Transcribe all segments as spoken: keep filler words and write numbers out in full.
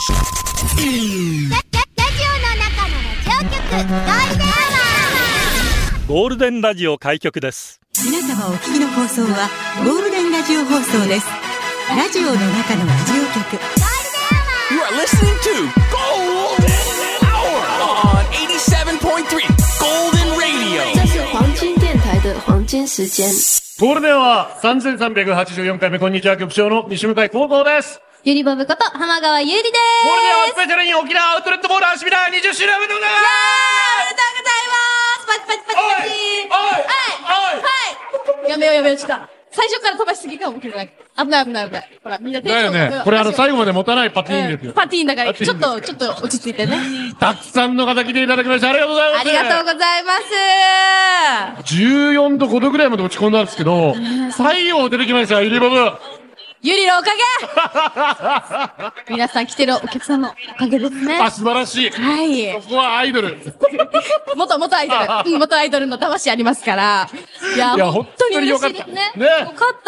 ゴールデンラジオ開局です。 皆様お聞きの放送はゴールデンラジオ放送です。ラジオの中のラジオ局 You are listening to Golden Hour on eighty-seven point three Golden Radio。 这是黄金電台的黄金時間。 ゴールデンはさんぜんさんびゃくはちじゅうよんかいめ、こんにちは、局長の西向井光三です。 ゆりボブこと浜川ゆりです。 ゴールデンはスペシャルイン沖縄アウトレットモールアシビラにじゅっしゅうねんおめでとうございます。 パチパチパチパチ。 おいおいおい。 やめようやめよう、ちょっと。最初から飛ばしすぎかもしれない。危ない危ない危ない。ほら、みんなテンションだよね。これあの、最後まで持たないパティーンですよ。 パティーンだから、ちょっと、ちょっと落ち着いてね。 たくさんの方来ていただきましてありがとうございます。 ありがとうございます。 じゅうよんどごどぐらいまで落ち込んだんですけど、最後出てきましたよ、ゆりボブ。 ゆりのおかげ皆さん来てるお客さんのおかげですね。 あ、素晴らしい。 はい。 ここはアイドル。 元、元アイドル。うん、元アイドルの魂ありますから。いや、 いや本当に嬉しいですね。ね。よかった。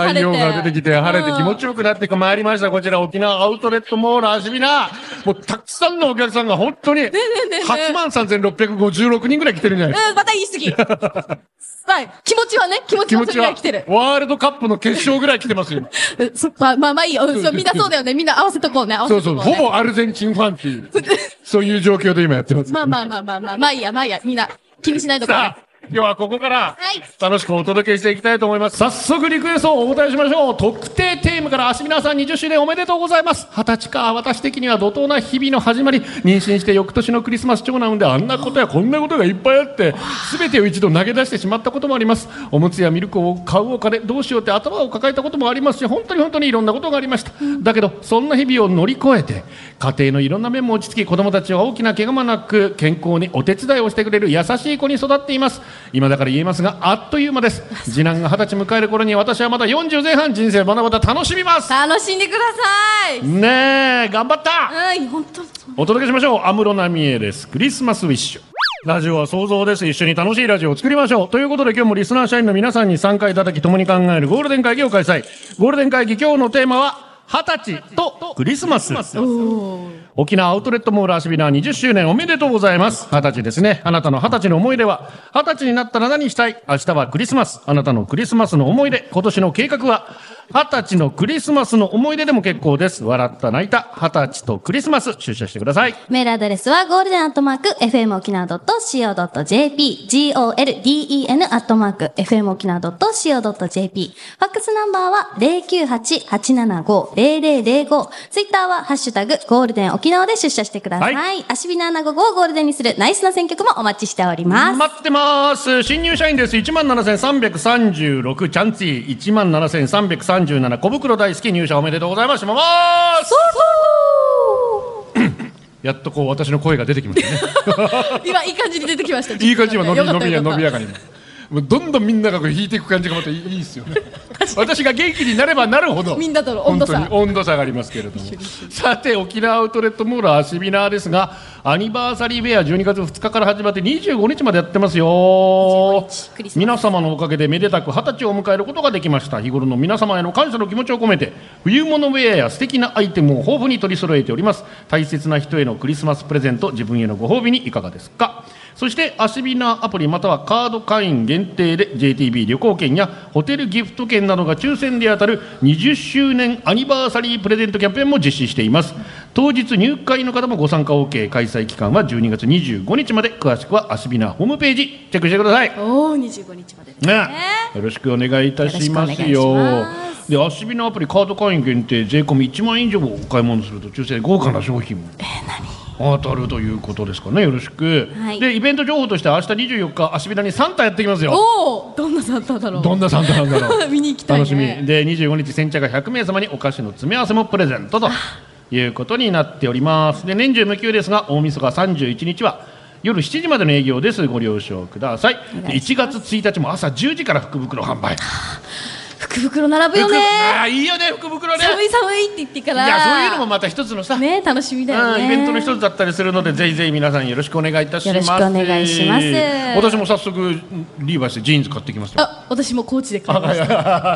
太陽が出てきて、晴れて気持ちよくなってまいりました。こちら沖縄アウトレットモールアシビナ。もうたくさんのお客さんが本当に、はちまんさんぜんろっぴゃくごじゅうろくにんぐらい来てるんじゃないですか。 うん、また言い過ぎ。はい。気持ちはね、気持ちはそれぐらい来てる。 ワールドカップの決勝ぐらい来てますよ。 まあまあまあいいよ。うん、そう、みんなそうだよね。みんな合わせとこうね。合わせとこうね。 そうそう。ほぼアルゼンチンファンっていう、そういう状況で今やってます。 まあまあまあまあまあ、まあいいや、まあいいや。みんな気にしないとこね。 さあ、今日はここから、楽しくお届けしていきたいと思います。早速リクエストをお答えしましょう。特定テーマからアシビナさんにじゅっしゅうねんおめでとうございます。はたちか、私的には怒涛な日々の始まり。妊娠して翌年のクリスマス長男であんなことやこんなことがいっぱいあって、すべてを一度投げ出してしまったこともあります。おむつやミルクを買うお金、どうしようって頭を抱えたこともありますし、本当に本当にいろんなことがありました。だけど、そんな日々を乗り越えて、家庭のいろんな面も落ち着き、子供たちは大きな怪我もなく、健康にお手伝いをしてくれる優しい子に育っています。今だから言えますが、あっという間です。次男が二十歳迎える頃に私はまだよんじゅうぜん半、人生まだまだ楽しみます。 楽しんでください。 ねえ、頑張った。 うん、本当。 お届けしましょう。安室奈美恵です。クリスマスウィッシュ。ラジオは想像です。一緒に楽しいラジオを作りましょう。ということで今日もリスナー社員の皆さんに参加いただき共に考えるゴールデン会議を開催。ゴールデン会議今日のテーマは二十歳とクリスマス。沖縄アウトレットモールアシビナにじゅっしゅうねんおめでとうございます。二十歳ですね。あなたの二十歳の思い出は、二十歳になったら何したい？明日はクリスマス。あなたのクリスマスの思い出、今年の計画は、二十歳のクリスマスの思い出でも結構です。笑った泣いた二十歳とクリスマス、出社してください。 メールアドレスはゴールデンアットマーク エフエム 沖縄 ドット シーオー ドット ジェーピー ゴールデン アットマーク エフエム 沖縄 ドット シーオー ドット ジェーピー ファックスナンバーは ゼロきゅうはち はちななご ゼロゼロゼロご ツイッターはハッシュタグゴールデン沖縄で出社してください。はい、アシビナーナゴゴをゴールデンにするナイスな選曲もお待ちしております。 待ってます。新入社員です。いちまんななせんさんびゃくさんじゅうろくチャンツィー、いちまんななせんさんびゃくさんじゅうなな小袋大好き、入社おめでとうございます。まーす。そうそうやっとこう私の声が出てきましたね。 今いい感じに出てきました。 いい感じ、今伸び伸びや伸びやかに。もうどんどんみんながこう引いていく感じがまたいいですよね。私が元気になればなるほどみんなとの温度差、 本当に温度差がありますけれども。さて沖縄アウトレットモールアシビナーですが、アニバーサリーウェアじゅうにがつふつかから始まってにじゅうごにちまでやってますよ。皆様のおかげでめでたく二十歳を迎えることができました。日頃の皆様への感謝の気持ちを込めて冬物ウェアや素敵なアイテムを豊富に取り揃えております。大切な人へのクリスマスプレゼント、自分へのご褒美にいかがですか。そしてアシビナーアプリまたはカード会員限定で ジェーティービー 旅行券やホテルギフト券などが抽選で当たるにじゅっしゅうねんアニバーサリープレゼントキャンペーンも実施しています。当日入会の方もご参加 OK。 開催期間はじゅうにがつにじゅうごにちまで。詳しくはアシビナーホームページチェックしてください。 おー、にじゅうごにちまでですね。 ね、よろしくお願いいたしますよ。でアシビナーアプリカード会員限定税込みいちまんえん以上をお買い物すると抽選で豪華な商品もえー、何当たるということですかね。よろしく、はい、でイベント情報として明日にじゅうよっかアシビナにサンタやってきますよ。 おお、どんなサンタだろう。 どんなサンタなんだろう。 見に行きたいね。 楽しみでにじゅうごにち先着がひゃくめいさまにお菓子の詰め合わせもプレゼントということになっております。で年中無休ですが大晦日さんじゅういちにちは夜しちじまでの営業です。ご了承ください。いちがつついたちも朝じゅうじから福袋販売。 福袋並ぶよね。 ああいいよね、福袋ね。 寒い寒いって言ってから。 いやそういうのもまた一つのさ、 ね、楽しみだよね。 イベントの一つだったりするのでぜひぜひ皆さんよろしくお願いいたします。 よろしくお願いします。 私も早速リーバイスでジーンズ買ってきました。 あ、私もコーチで買いました。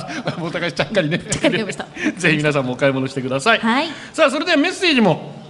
お互いちゃっかりね。 ちゃっかり買いました。 ぜひ皆さんもお買い物してください。 はい。 さあそれではメッセージも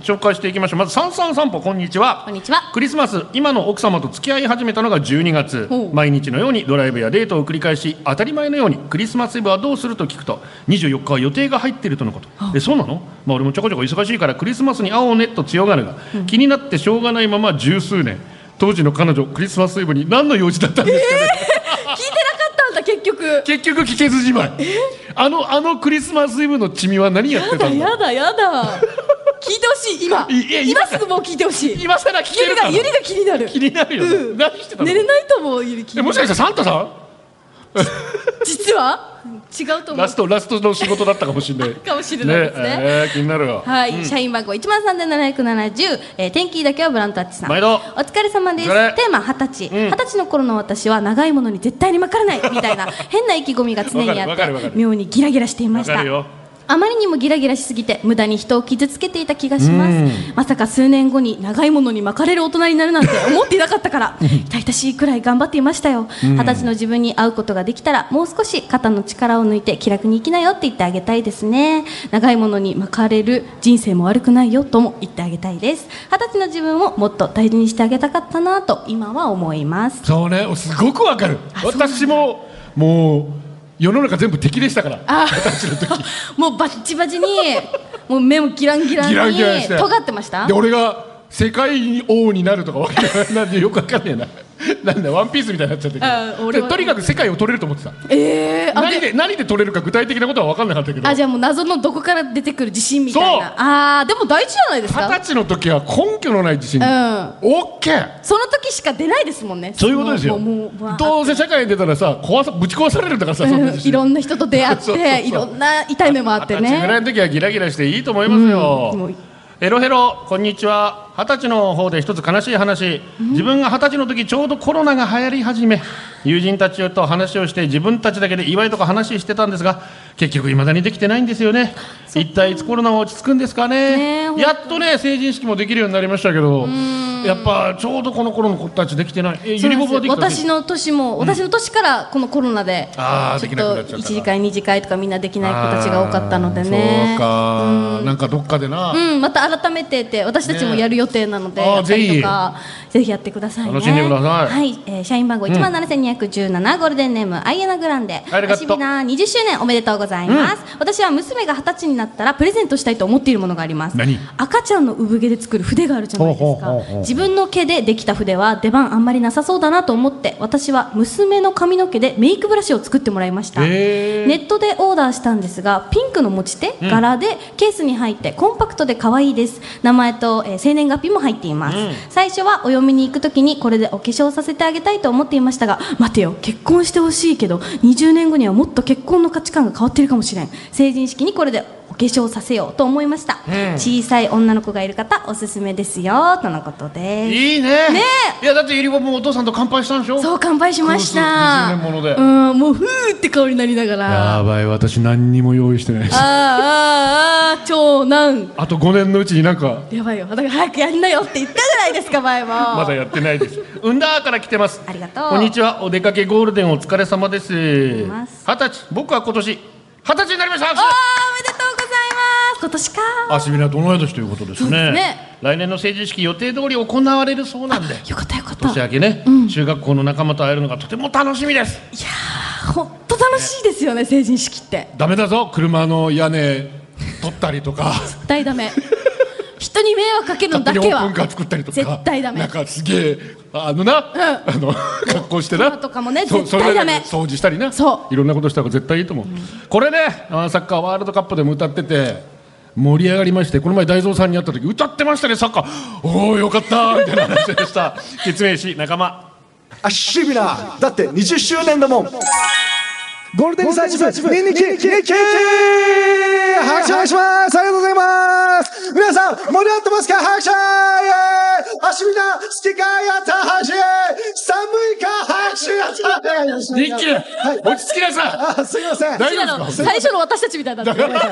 紹介していきましょう。まずさんさん散歩、こんにちは。 こんにちは。 クリスマス、今の奥様と付き合い始めたのがじゅうにがつ。毎日のようにドライブやデートを繰り返し、当たり前のようにクリスマスイブはどうすると聞くと、にじゅうよっかは予定が入っているとのこと。え、そうなの？まあ俺もちょこちょこ忙しいからクリスマスに会おうねと強がるが、うん、気になってしょうがないまま十数年。当時の彼女、クリスマスイブに何の用事だったんですかね。 えー、聞いてなかったんだ結局。 結局聞けずじまい。あのあのクリスマスイブのチミは何やってたんだ。 やだやだやだ。聞いてほしい今。いや今すぐもう聞いてほしい。 今さら聞けるかな。 ゆりがゆりが気になる。 気になるよ、ねうん。何してたの。 寝れないと思うゆり。 え、もしかしてサンタさん？ 実は違うと思う。 ラストラストの仕事だったかもしれない。 かもしれないですね。ねえー、気になるわ。 はい、うん、社員番号いちまんさんぜんななひゃくななじゅう、えー、天気だけはブランタッチさん。 毎度お疲れ様です。テーマはたち。はたちの頃の私は長いものに絶対に巻かれないみたいな変な意気込みが常にあって妙にギラギラしていました。あまりにもギラギラしすぎて無駄に人を傷つけていた気がします。まさか数年後に長いものに巻かれる大人になるなんて思っていなかったから痛々しいくらい頑張っていましたよ。二十歳の自分に会うことができたらもう少し肩の力を抜いて気楽に生きなよって言ってあげたいですね。長いものに巻かれる人生も悪くないよとも言ってあげたいです。二十歳の自分をもっと大事にしてあげたかったなと今は思います。 そうね、すごくわかる。私ももう世の中全部敵でしたから。私の時もうバッチバチにもう目もギランギランに尖ってました。 で俺が世界王になるとかわけなんでよくわかんねえな。なんだワンピースみたいになっちゃってる。とにかく世界を取れると思ってた。 えー、 何で何で取れるか具体的なことは分かんなかったけど。 あ、じゃあもう謎のどこから出てくる自信みたいな。ああでも大事じゃないですか。 二十歳の時は根拠のない自信。うん。オッケー。 その時しか出ないですもんね。 そういうことですよ。どうせ社会に出たらさ壊さぶち壊されるんだからさ。うん、 いろんな人と出会っていろんな痛い目もあってね。 二十歳ぐらいの時はギラギラしていいと思いますよ。うん、ヘロヘロこんにちは。二十歳の方で一つ悲しい話、うん、自分が二十歳の時ちょうどコロナが流行り始め友人たちと話をして自分たちだけで祝いとか話してたんですが結局未だにできてないんですよね。一体いつコロナは落ち着くんですか ね, ねやっとね成人式もできるようになりましたけどやっぱちょうどこの頃の子たちできてない。えゆりぼぼはできた。 私の年も、うん、私の年からこのコロナでちょっといち次会に次会とかみんなできない子たちが多かったのでね。 そうか、うん、なんかどっかでな、 うん、また改めてって私たちもやる予定なので、ね、やったりとかぜひやってくださいね。 楽しんでください。 はい、えー、社員番号いちまんななせんにひゃくじゅうなな、うん、ゴールデンネームアイエナグランデ。アシビナにじゅっしゅうねんおめでとうございます、うん、私は娘がはたちになったらプレゼントしたいと思っているものがあります。 何？ 赤ちゃんの産毛で作る筆があるじゃないですか。自分の毛でできた筆は出番あんまりなさそうだなと思って私は娘の髪の毛でメイクブラシを作ってもらいました。ネットでオーダーしたんですがピンクの持ち手、うん、柄でケースに入ってコンパクトで可愛いです。名前と、えー、生年月日も入っています、うん、最初はお嫁に行く時にこれでお化粧させてあげたいと思っていましたが待てよ結婚してほしいけどにじゅうねんごにはもっと結婚の価値観が変わっているかもしれん。成人式にこれでお化粧させようと思いました、うん、小さい女の子がいる方おすすめですよとのことです。 いいね。ねいやだってゆりぼもお父さんと乾杯したんでしょ。 そう乾杯しました。 にじゅうねんもので、 うん、もうふーって香りになりながらやばい私何にも用意してないです。 あーあーあー長男あとごねんのうちになんかやばいよだから早くやんなよって言ったじゃないですか前もまだやってないです。うんだーから来てます。 ありがとう。 こんにちは。お出かけゴールデンお疲れ様です。二十歳僕は今年二十歳になりました。 あーおめでとうございます。今年か。 あしびな同い年ということです ね, ですね。来年の成人式予定通り行われるそうなんでよかったよかった。 年明けね、うん、中学校の仲間と会えるのがとても楽しみです。 いやーほんと楽しいですよね、成人式って。 ダメだぞ車の屋根取ったりとか絶対ダメ人に迷惑かけるのだけは勝手にオープンカー作ったりとか絶対ダメ。 なんかすげえあのな、うん、あの格好してなとかもね絶対ダメ。 掃除したりなそういろんなことした方が絶対いいと思う、うん、これねサッカーワールドカップでも歌ってて盛り上がりましてこの前大蔵さんに会った時歌ってましたねサッカー。おおよかったみたいな話でした決命し仲間あしびなだってにじゅっしゅうねんだもん。ゴールデンリサーチ部ニンニキニキ拍手お願いします。ありがとうございます。皆さん盛り上がってますか。拍手あしびな好きかやった拍手寒いか拍手やったニッキー、はい、落ち着きなさい。 あすいません大丈夫ですか。 最初の私たちみたいだった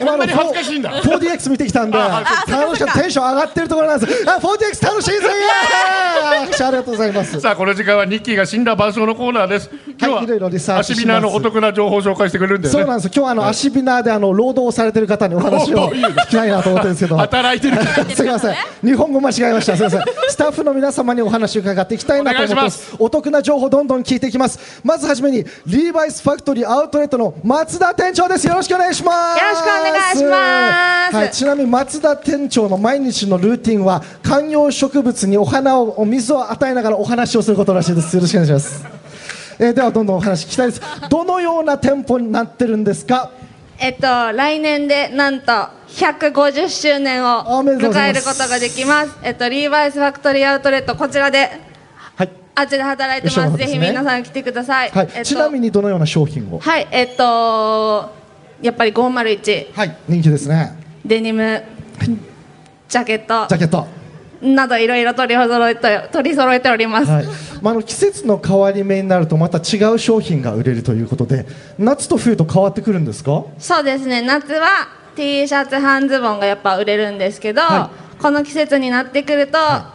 こんなに恥ずかしいんだ。 フォーディーエックス 見てきたんで楽しかった。テンション上がってるところなんです。あ フォーディーエックス 楽しいです。イエーイ拍手ありがとうございます。 さあこの時間はニッキーが死んだ絆創のコーナーです。今日は、 はい、いろいろリサーチします。 アシビナーのお得な情報を紹介してくれるんだよね。 そうなんです。今日はあの、はい、アシビナーであの労働されてる方にお話を聞きたいなと思ってるんですけど働いてるすみません、日本語間違えました。すみません。スタッフの皆様にお話を伺っていきたいなと思ってます。お得な情報どんどん聞いていきます。まずはじめにリーバイスファクトリーアウトレットの松田店長です。よろしくお願いします。 よろしくお願いします、 はい、ちなみに松田店長の毎日のルーティンは観葉植物にお花をお水を与えながらお話をすることらしいです。よろしくお願いします。えー、ではどんどんお話聞きたいです。どのような店舗になってるんですか？ えっと来年でなんとひゃくごじゅっしゅうねんを迎えることができます。えっとリーバイスファクトリーアウトレットこちらで、はい、あっちで働いてます。ぜひ皆さん来てください。 はい、えっと、ちなみにどのような商品を？ はい、えっとやっぱりごーまるいち、 はい、人気ですね。 デニム、はい、ジャケット、 ジャケットなどいろいろ取り揃えて取り揃えております。 はい、まあ、あの季節の変わり目になるとまた違う商品が売れるということで、夏と冬と変わってくるんですか？ そうですね。夏は T シャツ半ズボンがやっぱ売れるんですけど、はい、この季節になってくると、はい、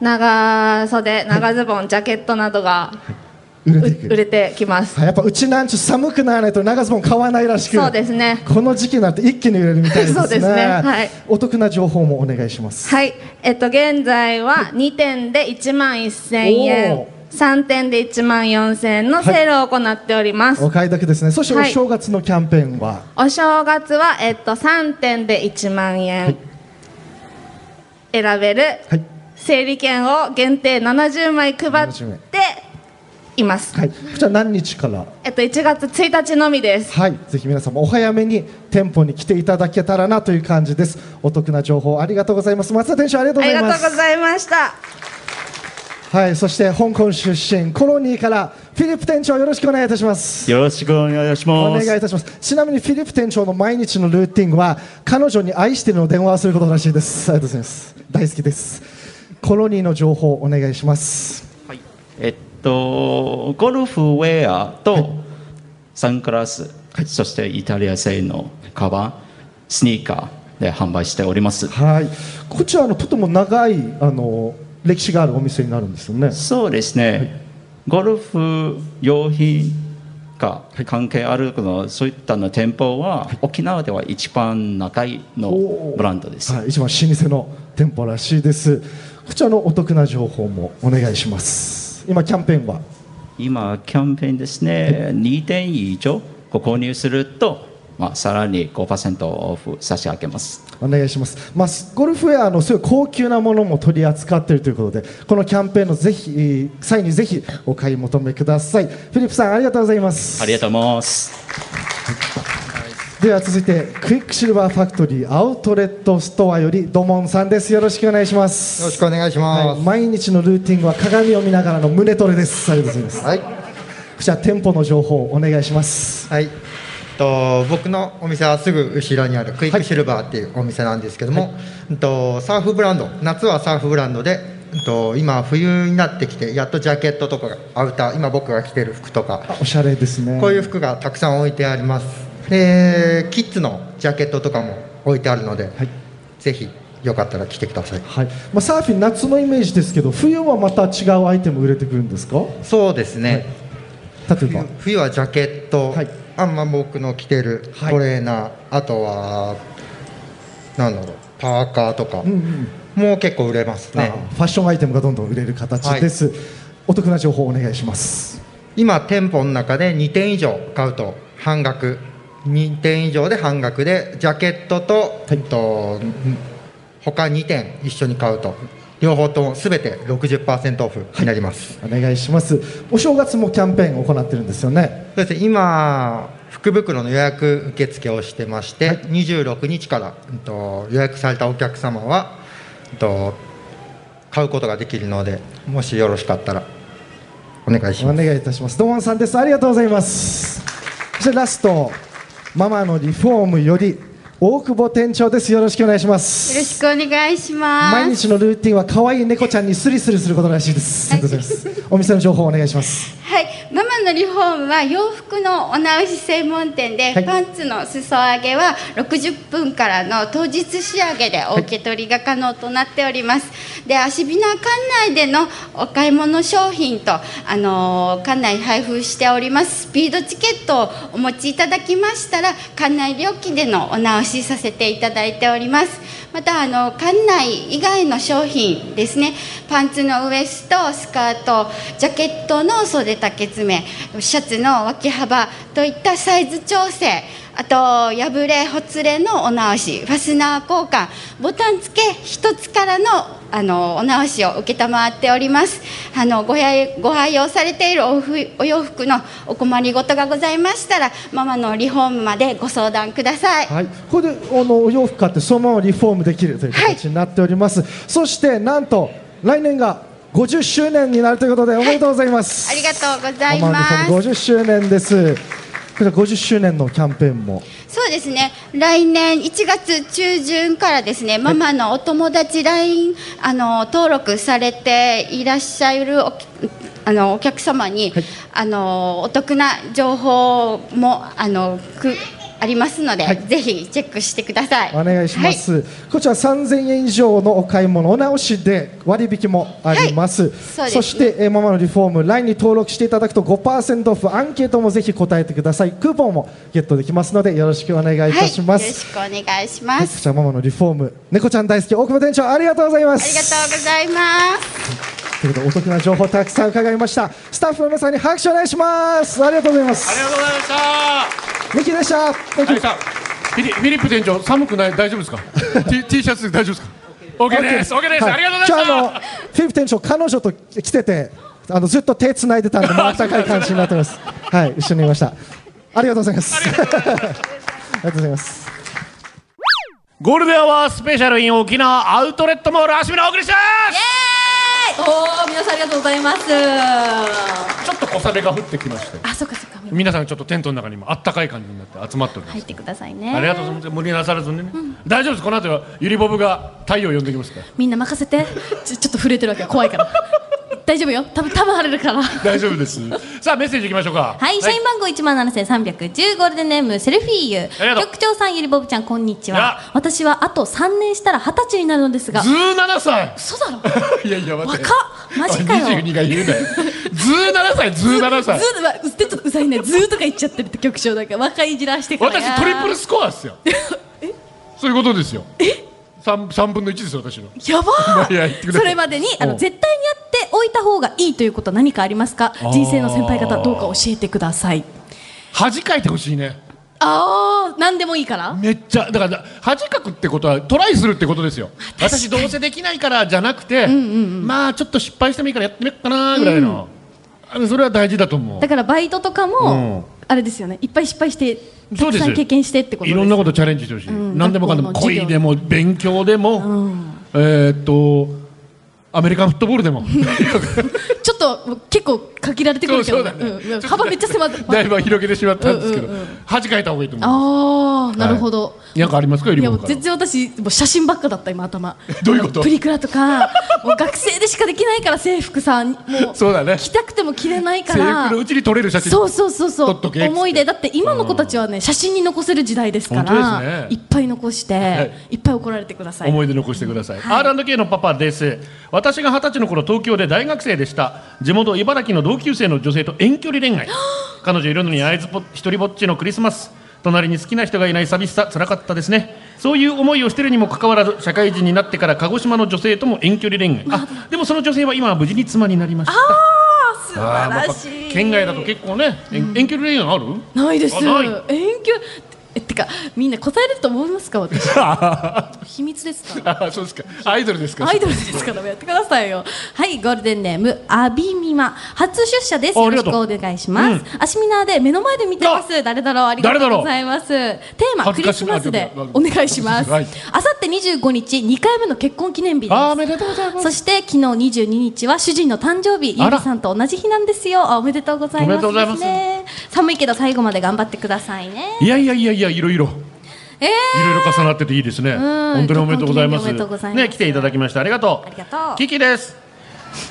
長袖長ズボン、はい、ジャケットなどが、はい、売れてくる売れてきます。 はい、やっぱうちなんちゅ寒くならないと長ズボン買わないらしく、 そうですね。 この時期になって一気に売れるみたいですね。 そうですね。はい、 お得な情報もお願いします。 はい、えっと現在はにてんでいちまんせんえん、さんてんでいちまんよんせんえんのセールを行っております。 はい、お買いだけですね。そしてお正月のキャンペーンは、 はい、お正月は、えっと、さんてんでいちまんえん、はい、選べる、はい、整理券を限定ななじゅうまい配っています。 はい、こちら何日から？ えっと、いちがつついたちのみです。 はい、ぜひ皆様お早めに店舗に来ていただけたらなという感じです。お得な情報ありがとうございます。松田店長ありがとうございます。 ありがとうございました。 はい、そして香港出身コロニーからフィリップ店長よろしくお願いいたします。 よろしくお願いします。 お願いいたします。ちなみにフィリップ店長の毎日のルーティンは彼女に愛してるの電話をすることらしいです。ありがとうございます。大好きです。コロニーの情報お願いします。 はい、えっとゴルフウェアとサングラス、はい、そしてイタリア製のカバン、スニーカーで販売しております。 はい、こちらのとても長いあの歴史があるお店になるんですよね。 そうですね、はい、ゴルフ用品が関係あるの、はい、そういったの店舗は、はい、沖縄では一番長いのブランドです。 はい、一番老舗の店舗らしいです。こちらのお得な情報もお願いします。今キャンペーンは今キャンペーンですね、はい、にてん以上ご購入すると、まあ、さらに ごパーセント オフ差し上げます。 お願いします。まあ、ゴルフウェアのすごい高級なものも取り扱っているということで、このキャンペーンのぜひ際にぜひお買い求めください。フィリップさんありがとうございます。 ありがとうございます。 では続いてクイックシルバーファクトリーアウトレットストアよりドモンさんです。よろしくお願いします。 よろしくお願いします。 はい、毎日のルーティンは鏡を見ながらの胸トレです。ありがとうございます。はい、こちら店舗の情報お願いします。 はい、と僕のお店はすぐ後ろにあるクイックシルバーっていうお店なんですけども、はい、とサーフブランド、夏はサーフブランドで、と今冬になってきてやっとジャケットとかアウター、今僕が着てる服とかおしゃれですね。 こういう服がたくさん置いてあります。でキッズのジャケットとかも置いてあるので、はい、ぜひよかったら来てください。 はい、まあ、サーフィン夏のイメージですけど、冬はまた違うアイテム売れてくるんですか？ そうですね、 はい、例えば 冬, 冬はジャケット、はい、あんま僕の着てるトレーナー、はい、あとはなんだろうパーカーとか、うんうん、もう結構売れますね。 ファッションアイテムがどんどん売れる形です、はい、お得な情報お願いします。 今店舗の中でにてん以上買うと半額、にてん以上で半額でジャケット と,、はい、と他にてん一緒に買うと両方とも全て ろくじゅっパーセント オフになります。 はい、お願いします。お正月もキャンペーンを行ってるんですよね。 そうですね、今福袋の予約受付をしてまして、はい、にじゅうろくにちから、うん、と予約されたお客様は、うん、と買うことができるので、もしよろしかったらお願いします。 お願いいたします。ドワンさんです。ありがとうございます。そしてラストママのリフォームより大久保店長です。よろしくお願いします。 よろしくお願いします。 毎日のルーティンは可愛い猫ちゃんにスリスリすることらしいです。はい、お店の情報をお願いします。 はい、ママののリフォームは洋服のお直し専門店で、はい、パンツの裾上げはろくじゅっぷんからの当日仕上げでお受け取りが可能となっております。で、アシビナ館内でのお買い物商品と、あのー、館内配布しておりますスピードチケットをお持ちいただきましたら、館内料金でのお直しさせていただいております。また、あの館内以外の商品ですね、パンツのウエスト、スカート、ジャケットの袖丈詰め、シャツの脇幅といったサイズ調整、あと破れほつれのお直し、ファスナー交換、ボタン付け一つからのあのお直しを承っております。あの ご, ご愛用されている お, お洋服のお困りごとがございましたら、ママのリフォームまでご相談ください。 はい、これであのお洋服買ってそのままリフォームできるという形になっております、はい、そしてなんと来年がごじゅっしゅうねんになるということでおめでとうございます、 はい、ありがとうございます。 ごじゅっしゅうねんです。これごじゅっしゅうねんのキャンペーンもそうですね、来年いちがつ中旬からですね、ママのお友達 ライン あの登録されていらっしゃる お, あのお客様に、はい、あのお得な情報もあのくありますので、はい、ぜひチェックしてください。 お願いします、はい、こちらさんぜんえん以上のお買い物お直しで割引もあります、はい、 そ, うですね、そして、えー、ママのリフォーム ライン に登録していただくと ごパーセント オフ、アンケートもぜひ答えてください。クーポンもゲットできますのでよろしくお願いいたします、 はい、よろしくお願いします、 はい、こちらママのリフォーム、猫ちゃん大好き大久保店長ありがとうございます。 ありがとうございますということでお得な情報たくさん伺いました。スタッフの皆さんに拍手お願いします。ありがとうございます。 ありがとうございました。 ミキでした。 フィリ、フィリップ店長寒くない、大丈夫ですかT, T シャツで大丈夫ですか。 OK です OK です、はい、ありがとうございました。 今日あのフィリップ店長彼女と来ててあのずっと手つないでたんでもう温かい感じになってますはい、一緒にいました。ありがとうございますありがとうございます。 ゴールデンアワースペシャルイン沖縄アウトレットモールアシビナお送りします。 イエーイ。おー、皆さんありがとうございます。ちょっと小雨が降ってきまして、 あ、そっかそっか、 皆さんちょっとテントの中にもあったかい感じになって集まっております。 入ってくださいね。 ありがとうございます。無理なさらずにね、うん、大丈夫です。この後はゆりボブが太陽を呼んできますから、 みんな任せてちょ, ちょっと震えてるわけ怖いから大丈夫よ、多分多分晴れるから大丈夫ですさあメッセージいきましょうか。 はい、はい、社員番号いちまんななせんさんびゃくじゅうゴールデンネームセルフィーユ局長さん、ゆりぼぶちゃんこんにちは。私はあとさんねんしたらはたちになるのですが。 じゅうななさい。 嘘だろいやいや待って、 若っ、マジかよ。 にじゅうにが言うなよじゅうななさいじゅうななさい。 ずずずちょっとうざいね、ずーとか言っちゃってるって局長だから若いじらしてからや。 私トリプルスコアっすよえそういうことですよ。えさん, さんぶんのいちですよ私の。 やばーそれまでにあの絶対にやっておいた方がいいということは何かありますか。人生の先輩方どうか教えてください。 恥かいてほしいね。 ああ、何でもいいから。 めっちゃだから恥かくってことはトライするってことですよ。私どうせできないからじゃなくて、うんうんうん、まあちょっと失敗してもいいからやってみようかなぐらいの、うん、それは大事だと思う。 だからバイトとかも、うん、あれですよね、いっぱい失敗してたくさん経験してってことです。 いろんなことチャレンジしてほしい、うん、何でもかんでも恋でも勉強でも、うん、えー、っとアメリカンフットボールでもちょっと結構限られてくるけど、ね、うん、幅めっちゃ狭ってだいぶ広げてしまったんですけど、うんうんうん、恥かいた方がいいと思います。 ああ、なるほど、はい、 なんかありますか。いや全然私もう写真ばっかだった今頭どういうこと。 プリクラとかもう学生でしかできないから制服さもうそうだね、 着たくても着れないから制服のうちに撮れる写真そうそうそうそう思い出だって今の子たちはね、うん、写真に残せる時代ですから、ね、いっぱい残して、はい、いっぱい怒られてください。 思い出残してください、 はい、 アールアンドケー のパパです。私が二十歳の頃東京で大学生でした。地元茨城の同級生の女性と遠距離恋愛彼女いるのにあいつぽ一人ぼっちのクリスマス、隣に好きな人がいない寂しさ、辛かったですね。そういう思いをしてるにもかかわらず社会人になってから鹿児島の女性とも遠距離恋愛、あでもその女性は今は無事に妻になりました。 あー素晴らしい。 県外だと結構ね、うん、遠距離恋愛ある？ ないです。遠距えってかみんな答えれると思いますか私秘密ですか。 あそうですか。アイドルですか。 アイドルですからやってくださいよ。はい、ゴールデンネームアビミマ初出社です。よろしくお願いします、うん、アシミナーで目の前で見てます。誰だろう。ありがとうございます。テーマクリスマスでお願いします。あさってにじゅうごにちにかいめの結婚記念日です。 あおめでとうございます。 そして昨日にじゅうににちは主人の誕生日、ゆりさんと同じ日なんですよ。あおめでとうございます。 おめでとうございます。 寒いけど最後まで頑張ってくださいね。 いやいやいやいやいろいろえー、 いろいろ重なってていいですね。本当におめでとうございます。ね、来ていただきましてありがとう。 ありがとう。 キキです。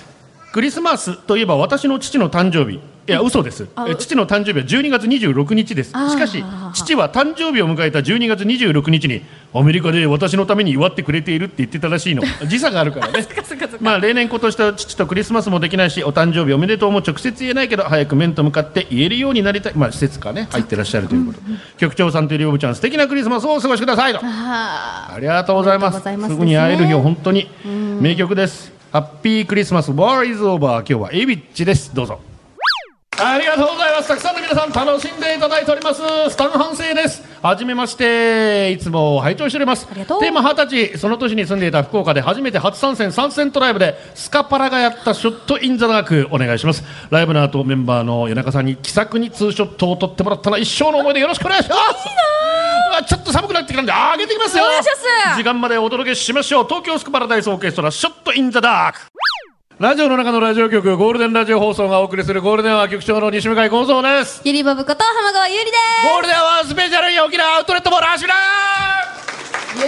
クリスマスといえば私の父の誕生日。いや嘘です。え父の誕生日はじゅうにがつにじゅうろくにちです。しかし父は誕生日を迎えたじゅうにがつにじゅうろくにちにアメリカで私のために祝ってくれているって言ってたらしいの。時差があるからね。まあ例年今年と父とクリスマスもできないし、お誕生日おめでとうも直接言えないけど、早く面と向かって言えるようになりたい。まあ施設かね入ってらっしゃるということ。局長さんとりょうぶちゃん、素敵なクリスマスをお過ごしくださいと。ありがとうございます。すぐに会える日は本当に名曲です。ハッピークリスマス War is over。 今日はエビッチです。どうぞ。ありがとうございます。たくさんの皆さん楽しんでいただいております。スタンハンセイです。はじめまして。いつも拝聴しております。テーマはたち、その年に住んでいた福岡で初めて初参戦参戦トライブでスカパラがやったショットインザダークお願いします。ライブの後メンバーの谷中さんに気さくにツーショットを撮ってもらったの一生の思い出、よろしくお願いします。いいな。ちょっと寒くなってきたんで上げてきますよ。時間までお届けしましょう。東京スクパラダイスオーケストラショットインザダーク。ラジオの中のラジオ局、ゴールデンラジオ放送がお送りするゴールデンは局長の西向井幸三です。 ゆりぼぶこと浜川ゆりです。 ゴールデンはスペシャルイン沖縄アウトレットモールはしびなイエ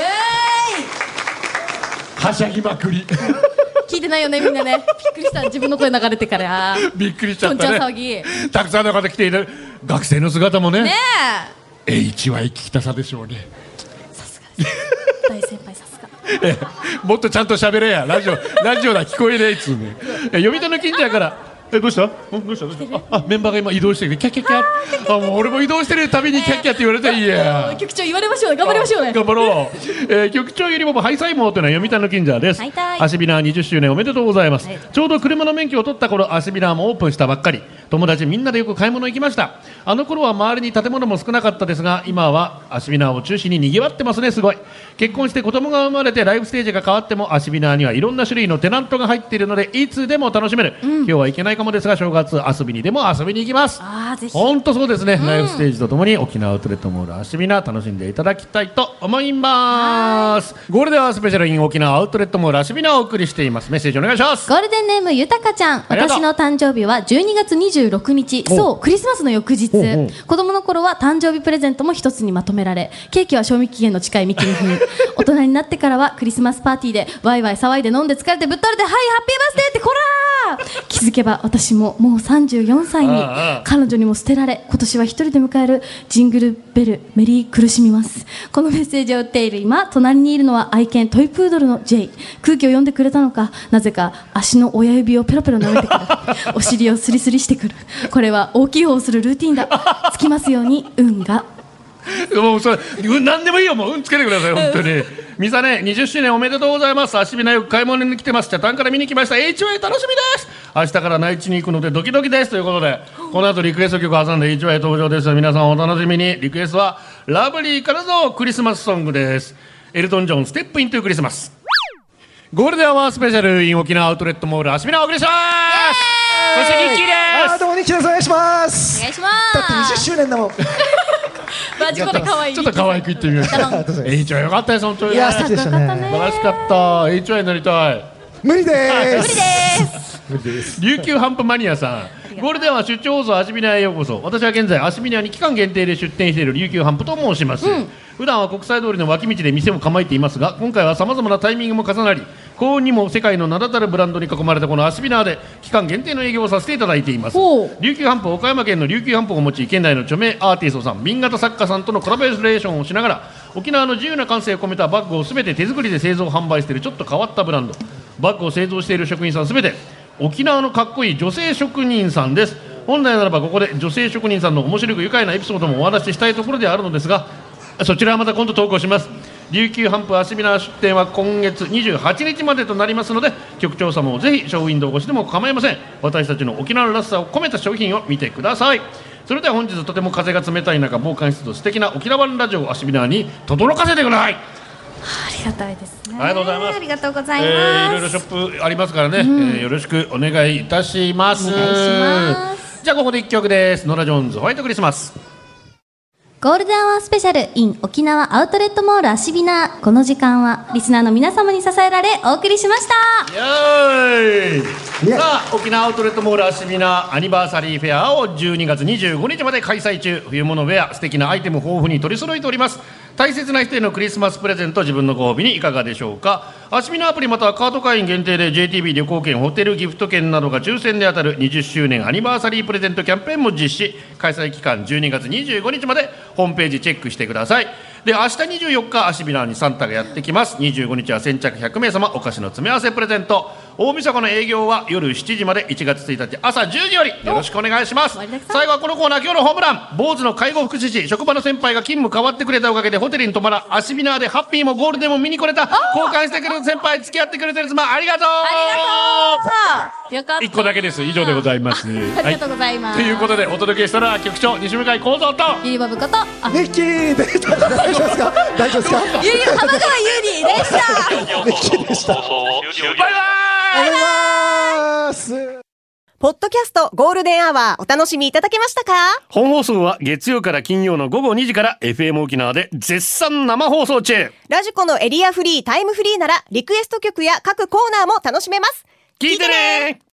ーイ。はしゃぎまくり聞いてないよねみんなね。びっくりした。自分の声流れてからびっくりしちゃったね。 とんちゃん騒ぎ。 たくさんの方来ている。学生の姿もねねえ エイチワイ 聞きたさでしょうね。 さすがです大先輩さすがもっとちゃんと喋れや。ラジオラジオだ聞こえねえっつうね。読谷の近所やから。えどうした？どうしたどうした？ああメンバーが今移動してる。キャッキャッキャッ。あもう俺も移動してるたびにキャッキャって言われていいや。 局長言われましょうね。頑張りましょうね。 頑張ろう。えー、局長よりもハイサイモーというのは読谷の近所です。アシビナーにじゅっしゅうねんおめでとうございます。はい、ちょうど車の免許を取った頃、アシビナーもオープンしたばっかり。友達みんなでよく買い物行きました。あの頃は周りに建物も少なかったですが、今はアシビナーを中心に賑わってますね。すごい。結婚して子供が生まれてライフステージが変わっても、アシビナーにはいろんな種類のテナントが入っているのでいつでも楽しめる。うん、今日は行けないかもですが、正月遊びにでも遊びに行きます。本当そうですね、うん、ライフステージとともに沖縄アウトレットモールアシビナ楽しんでいただきたいと思います。ゴールデンはスペシャルイン沖縄アウトレットモールアシビナをお送りしています。メッセージお願いします。 ゴールデンネームゆたかちゃん、私の誕生日はじゅうにがつにじゅうろくにち、そうクリスマスの翌日。子供の頃は誕生日プレゼントも一つにまとめられ、ケーキは賞味期限の近いミキにふに大人になってからはクリスマスパーティーでワイワイ騒いで飲んで疲れてぶっ倒れて、はいハッピーバースデーってこらー気づけば私ももうさんじゅうよんさいに。彼女にも捨てられ、今年は一人で迎えるジングルベルメリー苦しみます。このメッセージを打っている今、隣にいるのは愛犬トイプードルの J。 空気を読んでくれたのか、なぜか足の親指をペロペロ舐めてくるお尻をスリスリしてくる。これは大きい方をするルーティンだ。つきますように運が。 もうそれ何でもいいよ、もう運つけてください本当に。ミサネにじゅっしゅうねんおめでとうございます。アシビナよく買い物に来てます。北谷から見に来ました。 エイチワイ 楽しみです。明日から内地に行くのでドキドキですということで、この後リクエスト曲を挟んで エイチワイ 登場です。皆さんお楽しみに。リクエストはラブリーからのクリスマスソングです。エルトン・ジョンステップイントゥクリスマス。ゴールデンアワースペシャルイン沖縄アウトレットモールアシビナをお送りします。そしてニッキーです。 あどうもニッキーです。お願いします。 お願いします。 だってにじゅっしゅうねんだもんマジコで可愛い。 ちょっと可愛く言ってみました。エイチワイ よかったです本当に。 いや素敵でしたね。 素晴らしかった。 エイチワイ になりたい。 無理でーす。 無理です無理です。 琉球ハンプマニアさん、ゴールデンは出張放送アシビナへようこそ。私は現在アシビナに期間限定で出店している琉球ハンプと申します。うん、普段は国際通りの脇道で店を構えていますが、今回はさまざまなタイミングも重なり、幸運にも世界の名だたるブランドに囲まれたこのアシビナで期間限定の営業をさせていただいています。琉球ハンプ、岡山県の琉球ハンプを持ち、県内の著名アーティストさん、民型作家さんとのコラボレーションをしながら、沖縄の自由な感性を込めたバッグをすべて手作りで製造販売しているちょっと変わったブランド。バッグを製造している職人さんすべて沖縄のかっこいい女性職人さんです。本来ならばここで女性職人さんの面白く愉快なエピソードもお話ししたいところであるのですが、そちらはまた今度投稿します。琉球ハンプアシビナ出店は今月にじゅうはちにちまでとなりますので、局長様もぜひショーウィンドウ越しでも構いません。私たちの沖縄のらしさを込めた商品を見てください。それでは本日とても風が冷たい中、防寒室と素敵な沖縄ラジオアシビナに轟かせてください。 ありがたいですね。 ありがとうございます。 ありがとうございます。 えー、いろいろショップありますからね、うん、えー、よろしくお願いいたします。 お願いします。 じゃあここでいっきょくです。ノラ・ジョーンズホワイトクリスマス。 ゴールデンアワースペシャル in 沖縄アウトレットモールアシビナ。この時間はリスナーの皆様に支えられお送りしました。 イエーイ。 さあ沖縄アウトレットモールアシビナアニバーサリーフェアをじゅうにがつにじゅうごにちまで開催中。冬物ウェア素敵なアイテム豊富に取り揃えております。大切な人へのクリスマスプレゼント、自分のご褒美にいかがでしょうか。アシビナアプリまたはカード会員限定で ジェイティービー 旅行券、ホテルギフト券などが抽選で当たるにじゅっしゅうねんアニバーサリープレゼントキャンペーンも実施。開催期間じゅうにがつにじゅうごにちまでホームページチェックしてください。で明日にじゅうよっかアシビナにサンタがやってきます。にじゅうごにちは先着ひゃくめいさまお菓子の詰め合わせプレゼント。大晦日の営業は夜しちじまで、いちがつついたち朝じゅうじよりよろしくお願いします。最後はこのコーナー、今日のホームラン。坊主の介護福祉士、職場の先輩が勤務変わってくれたおかげでホテルに泊まら、アシビナーでハッピーもゴールデンも見に来れた。交換してくれる先輩、付き合ってくれてる妻、ありがとう。 ありがとう。よかった。 いっこだけです。以上でございます。 ありがとうございます。 ということでお届けしたのは局長西向井幸三とゆりばぶことミッキーでした。大丈夫ですか？大丈夫ですか？ ゆり浜川ゆりでした。 ミッキーでした。 バイバイ。 バイバイ。 ポッドキャストゴールデンアワーお楽しみいただけましたか？ 本放送は月曜から金曜のごごにじから エフエム 沖縄で絶賛生放送中。 ラジコのエリアフリータイムフリーならリクエスト曲や各コーナーも楽しめます。 聞いてね。